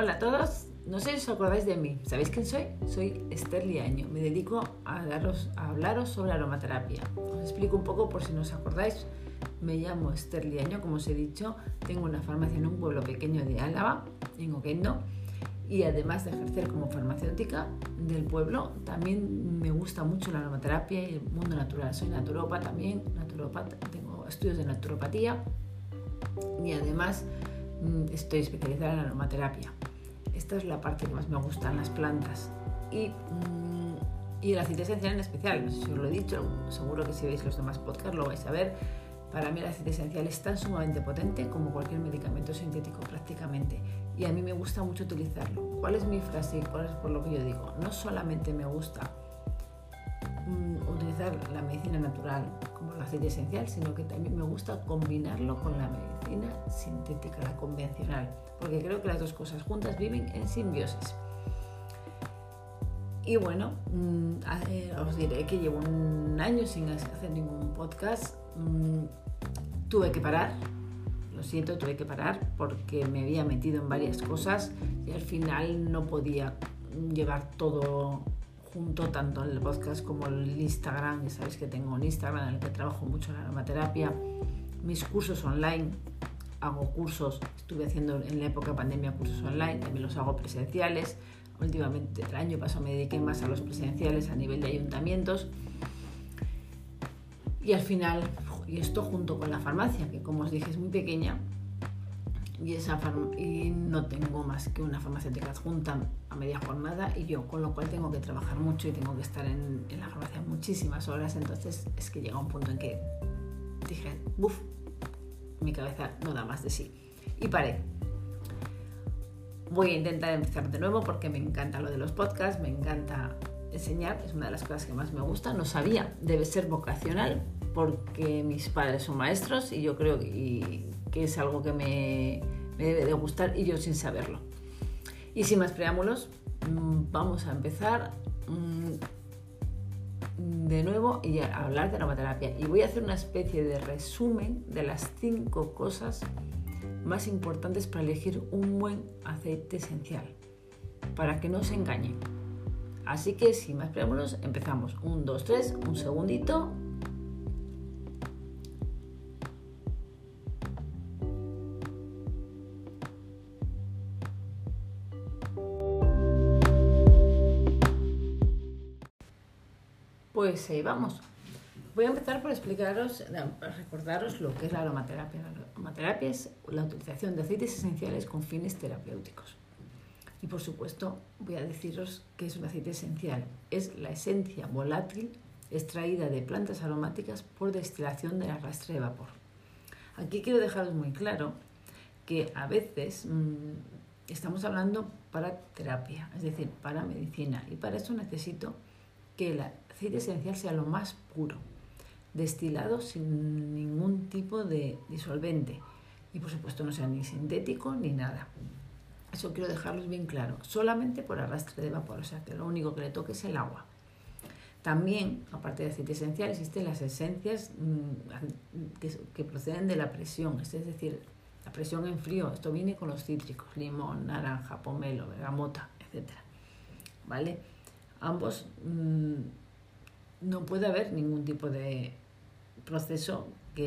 Hola a todos, no sé si os acordáis de mí. ¿Sabéis quién soy? Soy Esther Liaño. Me dedico a hablaros sobre aromaterapia. Os explico un poco por si no os acordáis. Me llamo Esther Liaño, como os he dicho. Tengo una farmacia en un pueblo pequeño de Álava, en Oquendo. Y además de ejercer como farmacéutica del pueblo, también me gusta mucho la aromaterapia y el mundo natural. Soy naturópata también, tengo estudios de naturopatía y además estoy especializada en aromaterapia. Esta es la parte que más me gusta en las plantas y el aceite esencial en especial. No sé si os lo he dicho, seguro que si veis los demás podcasts lo vais a ver. Para mí el aceite esencial es tan sumamente potente como cualquier medicamento sintético prácticamente, y a mí me gusta mucho utilizarlo. ¿Cuál es mi frase y cuál es por lo que yo digo? No solamente me gusta utilizar la medicina natural como el aceite esencial, sino que también me gusta combinarlo con la medicina sintética, la convencional, porque creo que las dos cosas juntas viven en simbiosis. Y bueno, os diré que llevo un año sin hacer ningún podcast. Tuve que parar, lo siento, tuve que parar porque me había metido en varias cosas y al final no podía llevar todo junto, tanto el podcast como el Instagram. Ya sabéis que tengo un Instagram en el que trabajo mucho en la aromaterapia, mis cursos online. Hago cursos, estuve haciendo en la época de pandemia cursos online, también los hago presenciales. Últimamente, el año pasado me dediqué más a los presenciales a nivel de ayuntamientos. Y al final, y esto junto con la farmacia, que como os dije es muy pequeña, y no tengo más que una farmacéutica adjunta a media jornada y yo, con lo cual tengo que trabajar mucho y tengo que estar en la farmacia muchísimas horas. Entonces es que llega un punto en que dije, mi cabeza no da más de sí y paré. Voy a intentar empezar de nuevo porque me encanta lo de los podcasts, me encanta enseñar, es una de las cosas que más me gusta. No sabía, debe ser vocacional porque mis padres son maestros y yo creo que es algo que me debe de gustar y yo sin saberlo. Y sin más preámbulos, vamos a empezar de nuevo y a hablar de aromaterapia. Y voy a hacer una especie de resumen de las 5 cosas más importantes para elegir un buen aceite esencial, para que no os engañen. Así que sin más preámbulos, empezamos. 1, 2, 3, un segundito. Pues ahí vamos. Voy a empezar por recordaros lo que es la aromaterapia. La aromaterapia es la utilización de aceites esenciales con fines terapéuticos. Y por supuesto voy a deciros qué es un aceite esencial. Es la esencia volátil extraída de plantas aromáticas por destilación del arrastre de vapor. Aquí quiero dejaros muy claro que a veces estamos hablando para terapia, es decir, para medicina, y para eso necesito que el aceite esencial sea lo más puro, destilado sin ningún tipo de disolvente y por supuesto no sea ni sintético ni nada. Eso quiero dejarlos bien claro, solamente por arrastre de vapor, o sea que lo único que le toque es el agua. También, aparte de aceite esencial, existen las esencias que proceden de la presión, es decir, la presión en frío. Esto viene con los cítricos, limón, naranja, pomelo, bergamota, etc. ¿Vale? Ambos no puede haber ningún tipo de proceso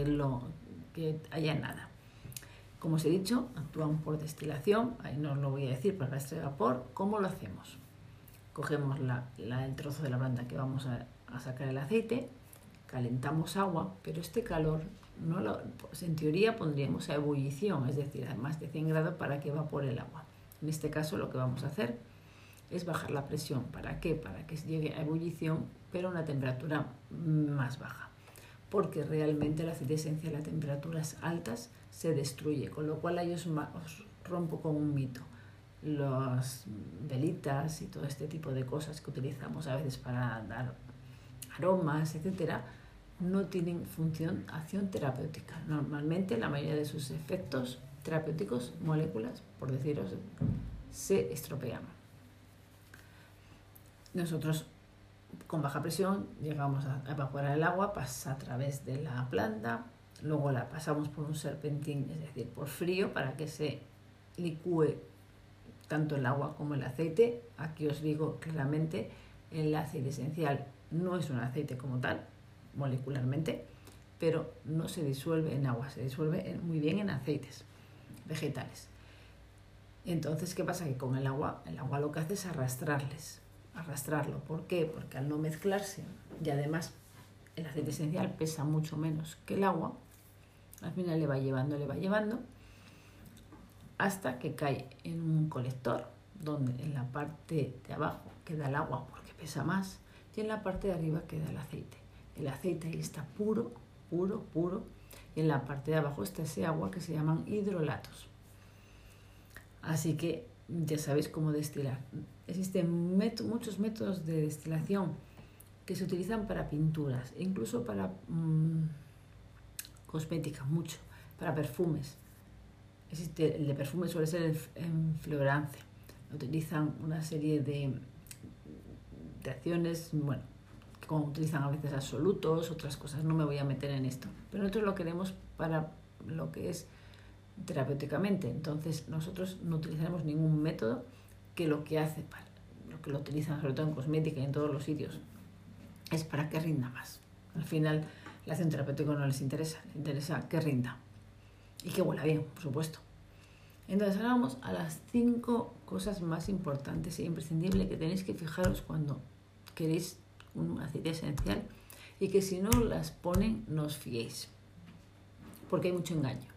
que haya nada. Como os he dicho, actúan por destilación, ahí no os lo voy a decir, por arrastre de vapor. ¿Cómo lo hacemos? Cogemos el trozo de la planta que vamos a sacar el aceite, calentamos agua, pero este calor pues en teoría pondríamos a ebullición, es decir, a más de 100 grados para que evapore el agua. En este caso lo que vamos a hacer es bajar la presión. ¿Para qué? Para que llegue a ebullición, pero a una temperatura más baja. Porque realmente el aceite esencial a temperaturas altas se destruye, con lo cual ahí os rompo con un mito. Las velitas y todo este tipo de cosas que utilizamos a veces para dar aromas, etcétera, no tienen acción terapéutica. Normalmente la mayoría de sus efectos terapéuticos, moléculas, por deciros, se estropean. Nosotros con baja presión llegamos a evaporar el agua, pasa a través de la planta, luego la pasamos por un serpentín, es decir, por frío, para que se licúe tanto el agua como el aceite. Aquí os digo claramente, el aceite esencial no es un aceite como tal, molecularmente, pero no se disuelve en agua, se disuelve muy bien en aceites vegetales. Entonces, ¿qué pasa? Que con el agua lo que hace es arrastrarlo. ¿Por qué? Porque al no mezclarse, y además el aceite esencial pesa mucho menos que el agua, al final le va llevando, hasta que cae en un colector, donde en la parte de abajo queda el agua porque pesa más, y en la parte de arriba queda el aceite. El aceite ahí está puro, y en la parte de abajo está ese agua que se llaman hidrolatos. Así que ya sabéis cómo destilar. Existen muchos métodos de destilación que se utilizan para pinturas, incluso para cosmética, mucho, para perfumes. El de perfume suele ser en Florence. Utilizan una serie de acciones, bueno, como utilizan a veces absolutos, otras cosas, no me voy a meter en esto. Pero nosotros lo queremos para lo que es terapéuticamente. Entonces nosotros no utilizaremos ningún método que lo que hace, para lo que lo utilizan sobre todo en cosmética y en todos los sitios, es para que rinda más. Al final, la acción terapéutica no les interesa que rinda y que huela bien, por supuesto. Entonces ahora vamos a las 5 cosas más importantes e imprescindibles que tenéis que fijaros cuando queréis un aceite esencial, y que si no las ponen no os fiéis, porque hay mucho engaño.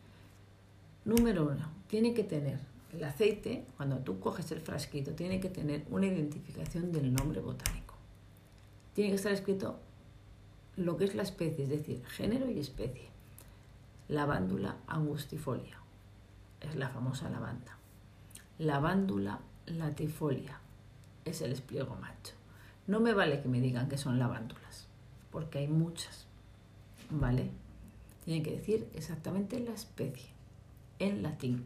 Número 1, tiene que tener el aceite, cuando tú coges el frasquito, tiene que tener una identificación del nombre botánico. Tiene que estar escrito lo que es la especie, es decir, género y especie. Lavándula angustifolia, es la famosa lavanda. Lavándula latifolia, es el espliego macho. No me vale que me digan que son lavándulas, porque hay muchas, ¿vale? Tienen que decir exactamente la especie, en latín.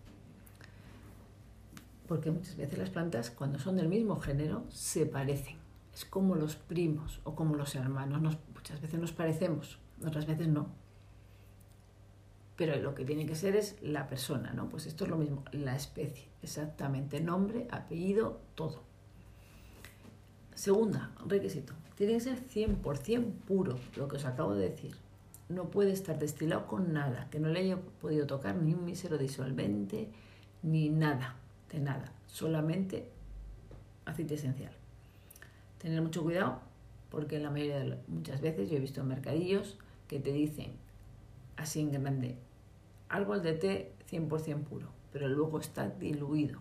Porque muchas veces las plantas, cuando son del mismo género, se parecen. Es como los primos o como los hermanos. Muchas veces nos parecemos, otras veces no. Pero lo que tiene que ser es la persona, ¿no? Pues esto es lo mismo, la especie, exactamente, nombre, apellido, todo. Segunda, requisito, tiene que ser 100% puro, lo que os acabo de decir. No puede estar destilado con nada, que no le haya podido tocar ni un mísero disolvente, ni nada, de nada, solamente aceite esencial. Tener mucho cuidado, porque muchas veces yo he visto en mercadillos que te dicen así en grande, árbol de té 100% puro, pero luego está diluido.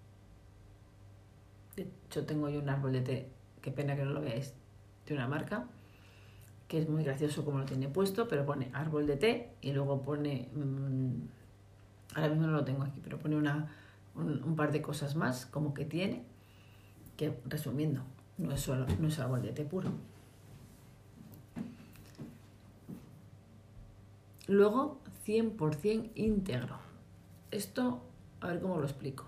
De hecho, tengo yo un árbol de té, qué pena que no lo veáis, de una marca, que es muy gracioso como lo tiene puesto, pero pone árbol de té y luego pone, ahora mismo no lo tengo aquí, pero pone un par de cosas más como que tiene, que resumiendo, no es árbol de té puro. Luego, 100% íntegro. Esto, a ver cómo lo explico.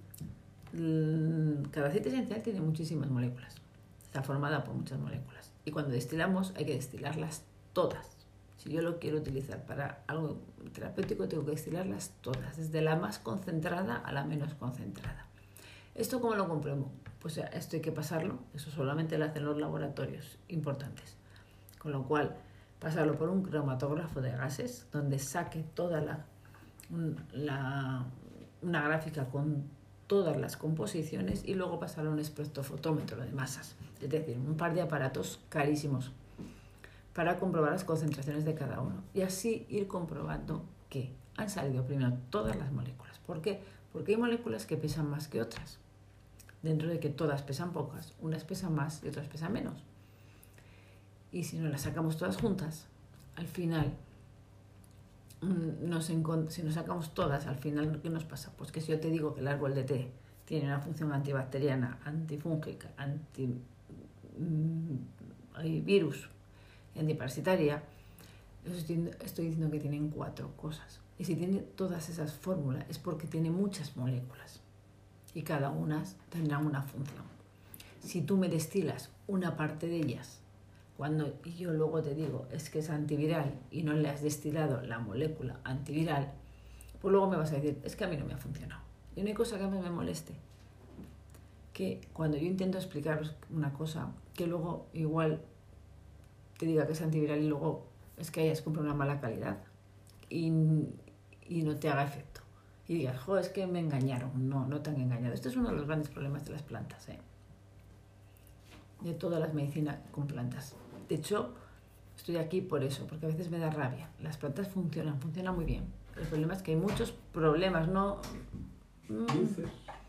Cada aceite esencial tiene muchísimas moléculas. Está formada por muchas moléculas. Y cuando destilamos hay que destilarlas todas. Si yo lo quiero utilizar para algo terapéutico, tengo que destilarlas todas, desde la más concentrada a la menos concentrada. ¿Esto cómo lo compruebo? Pues esto hay que pasarlo. Eso solamente lo hacen los laboratorios importantes. Con lo cual, pasarlo por un cromatógrafo de gases, donde saque toda una gráfica con todas las composiciones, y luego pasarlo a un espectrofotómetro de masas, es decir, un par de aparatos carísimos para comprobar las concentraciones de cada uno, y así ir comprobando que han salido primero todas las moléculas. ¿Por qué? Porque hay moléculas que pesan más que otras, dentro de que todas pesan pocas, unas pesan más y otras pesan menos. Y si no las sacamos todas juntas, al final, si nos sacamos todas, al final, ¿qué nos pasa? Pues que si yo te digo que el árbol de té tiene una función antibacteriana, antifúngica, antivirus y antiparasitaria, estoy diciendo que tienen 4 cosas. Y si tiene todas esas fórmulas es porque tiene muchas moléculas y cada una tendrá una función. Si tú me destilas una parte de ellas, cuando yo luego te digo es que es antiviral y no le has destilado la molécula antiviral, pues luego me vas a decir, es que a mí no me ha funcionado. Y no hay cosa que a mí me moleste. Que cuando yo intento explicaros una cosa, que luego igual te diga que es antiviral y luego es que hayas comprado una mala calidad y no te haga efecto. Y digas, jo, es que me engañaron. No, no te han engañado. Este es uno de los grandes problemas de las plantas, de todas las medicinas con plantas. De hecho, estoy aquí por eso, porque a veces me da rabia. Las plantas funcionan muy bien. El problema es que hay muchos problemas, ¿no? Luces.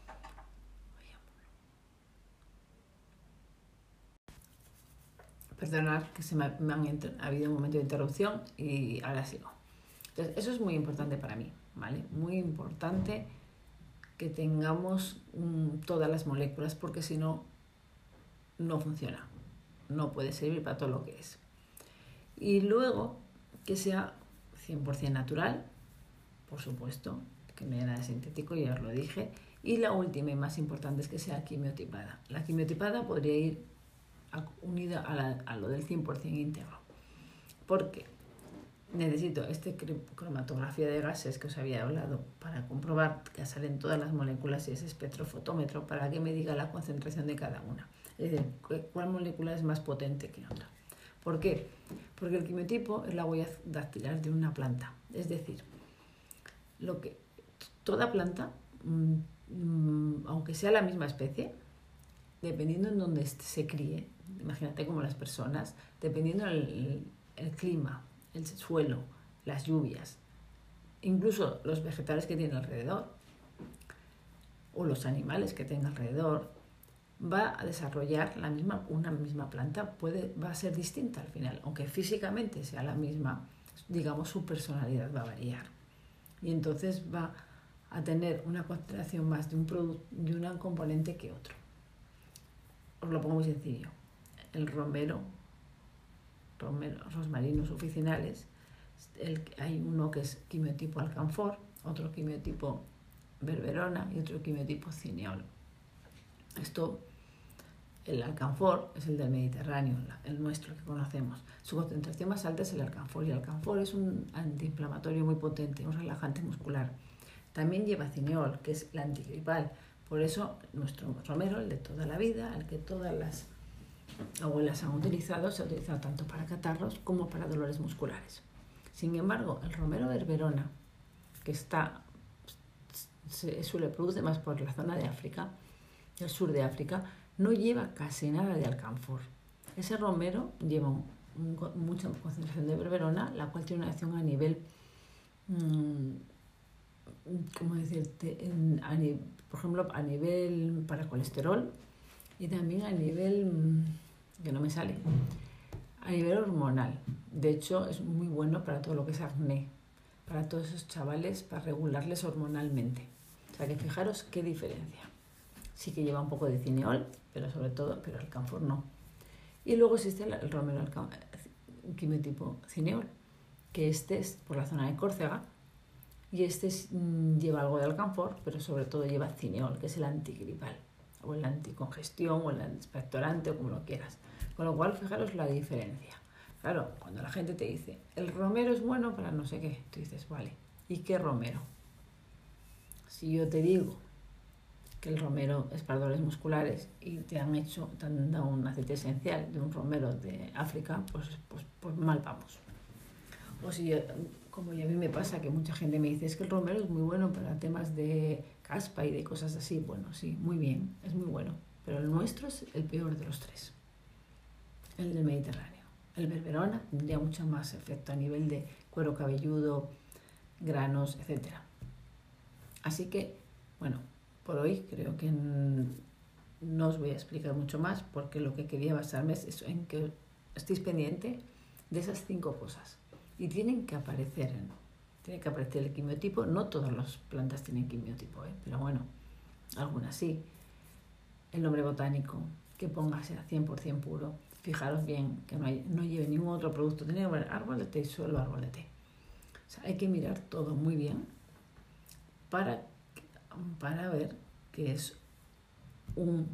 Perdonad que ha habido un momento de interrupción y ahora sigo. Entonces, eso es muy importante para mí, ¿vale? Muy importante que tengamos todas las moléculas, porque si no, no funciona. No puede servir para todo lo que es. Y luego, que sea 100% natural, por supuesto, que no haya nada sintético, ya os lo dije. Y la última y más importante es que sea quimiotipada. La quimiotipada podría ir unida a lo del 100% íntegro. Porque necesito cromatografía de gases que os había hablado para comprobar que salen todas las moléculas y ese espectrofotómetro para que me diga la concentración de cada una. Es decir, cuál molécula es más potente que otra. ¿Por qué? Porque el quimiotipo es la huella dactilar de una planta. Es decir, toda planta, aunque sea la misma especie, dependiendo en donde se críe, imagínate como las personas, dependiendo el clima, el suelo, las lluvias, incluso los vegetales que tiene alrededor o los animales que tenga alrededor, va a desarrollar una misma planta, va a ser distinta al final, aunque físicamente sea la misma, digamos, su personalidad va a variar. Y entonces va a tener una concentración más de un componente que otro. Os lo pongo muy sencillo. El rosmarinos oficinales, hay uno que es quimiotipo alcanfor, otro quimiotipo berberona y otro quimiotipo cineol. El alcanfor es el del Mediterráneo, el nuestro que conocemos. Su concentración más alta es el alcanfor, y el alcanfor es un antiinflamatorio muy potente, un relajante muscular. También lleva cineol, que es la antigripal. Por eso nuestro romero, el de toda la vida, el que todas las abuelas han utilizado, se ha utilizado tanto para catarros como para dolores musculares. Sin embargo, el romero berberona, que se produce más por la zona de África, el sur de África, no lleva casi nada de alcanfor. Ese romero lleva mucha concentración de berberona, la cual tiene una acción a nivel, ¿cómo decirte? Por ejemplo, a nivel para colesterol y también a nivel, que no me sale, a nivel hormonal. De hecho, es muy bueno para todo lo que es acné, para todos esos chavales, para regularles hormonalmente. O sea que fijaros qué diferencia. Sí que lleva un poco de cineol, pero el alcanfor no. Y luego existe el romero quimiotipo cineol, que este es por la zona de Córcega, y lleva algo de alcanfor, pero sobre todo lleva cineol, que es el antigripal, o el anticongestión, o el expectorante, o como lo quieras. Con lo cual, fijaros la diferencia. Claro, cuando la gente te dice, el romero es bueno para no sé qué, tú dices, vale, ¿y qué romero? Si yo te digo que el romero es para dolores musculares y te han dado un aceite esencial de un romero de África, pues mal vamos. O si como a mí me pasa, que mucha gente me dice, es que el romero es muy bueno para temas de caspa y de cosas así. Bueno, sí, muy bien, es muy bueno, pero el nuestro es el peor de los tres, el del Mediterráneo. El berberona tendría mucho más efecto a nivel de cuero cabelludo, granos, etc. Así que, bueno, por hoy creo que no os voy a explicar mucho más, porque lo que quería basarme es en que estéis pendiente de esas 5 cosas. Y tienen que aparecer el quimiotipo. No todas las plantas tienen quimiotipo, pero bueno, algunas sí. El nombre botánico, que ponga sea 100% puro. Fijaros bien que no lleve ningún otro producto. Tiene que ver árbol de té y solo árbol de té. O sea, hay que mirar todo muy bien para ver que es un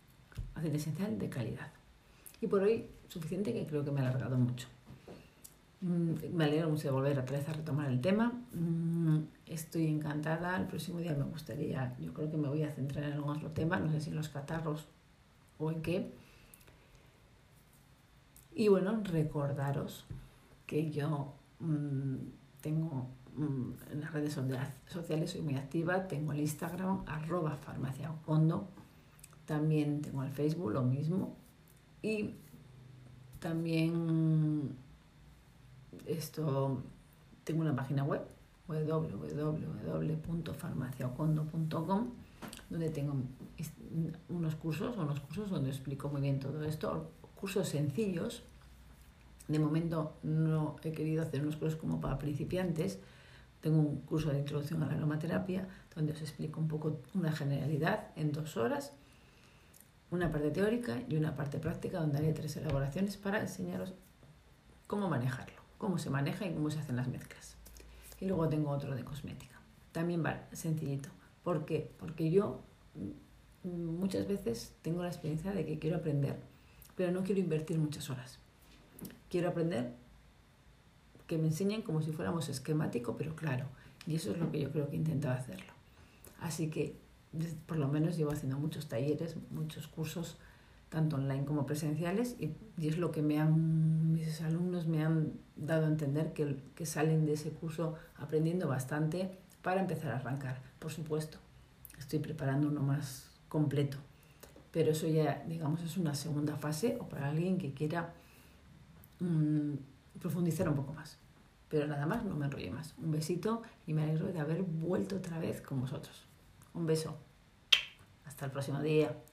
aceite esencial de calidad. Y por hoy suficiente, que creo que me he alargado mucho. Me alegro mucho de volver otra vez a retomar el tema. Estoy encantada. El próximo día me gustaría, yo creo que me voy a centrar en algún otro tema, no sé si en los catarros o en qué. Y bueno, recordaros que yo tengo en las redes sociales, soy muy activa, tengo el Instagram, @farmaciaocondo, también tengo el Facebook, lo mismo, y también tengo una página web, www.farmaciaocondo.com, donde tengo unos cursos donde explico muy bien todo esto, cursos sencillos. De momento no he querido hacer unos cursos como para principiantes. Tengo un curso de introducción a la aromaterapia donde os explico un poco una generalidad en 2 horas, una parte teórica y una parte práctica donde haré 3 elaboraciones para enseñaros cómo manejarlo, cómo se maneja y cómo se hacen las mezclas. Y luego tengo otro de cosmética, también va sencillito. ¿Por qué? Porque yo muchas veces tengo la experiencia de que quiero aprender, pero no quiero invertir muchas horas. Quiero aprender, que me enseñen como si fuéramos esquemático, pero claro. Y eso es lo que yo creo que he intentado hacerlo. Así que por lo menos llevo haciendo muchos talleres, muchos cursos, tanto online como presenciales, y es lo que mis alumnos me han dado a entender que salen de ese curso aprendiendo bastante para empezar a arrancar. Por supuesto, estoy preparando uno más completo, pero eso ya, digamos, es una segunda fase o para alguien que quiera profundizar un poco más. Pero nada más, no me enrolle más. Un besito y me alegro de haber vuelto otra vez con vosotros. Un beso. Hasta el próximo día.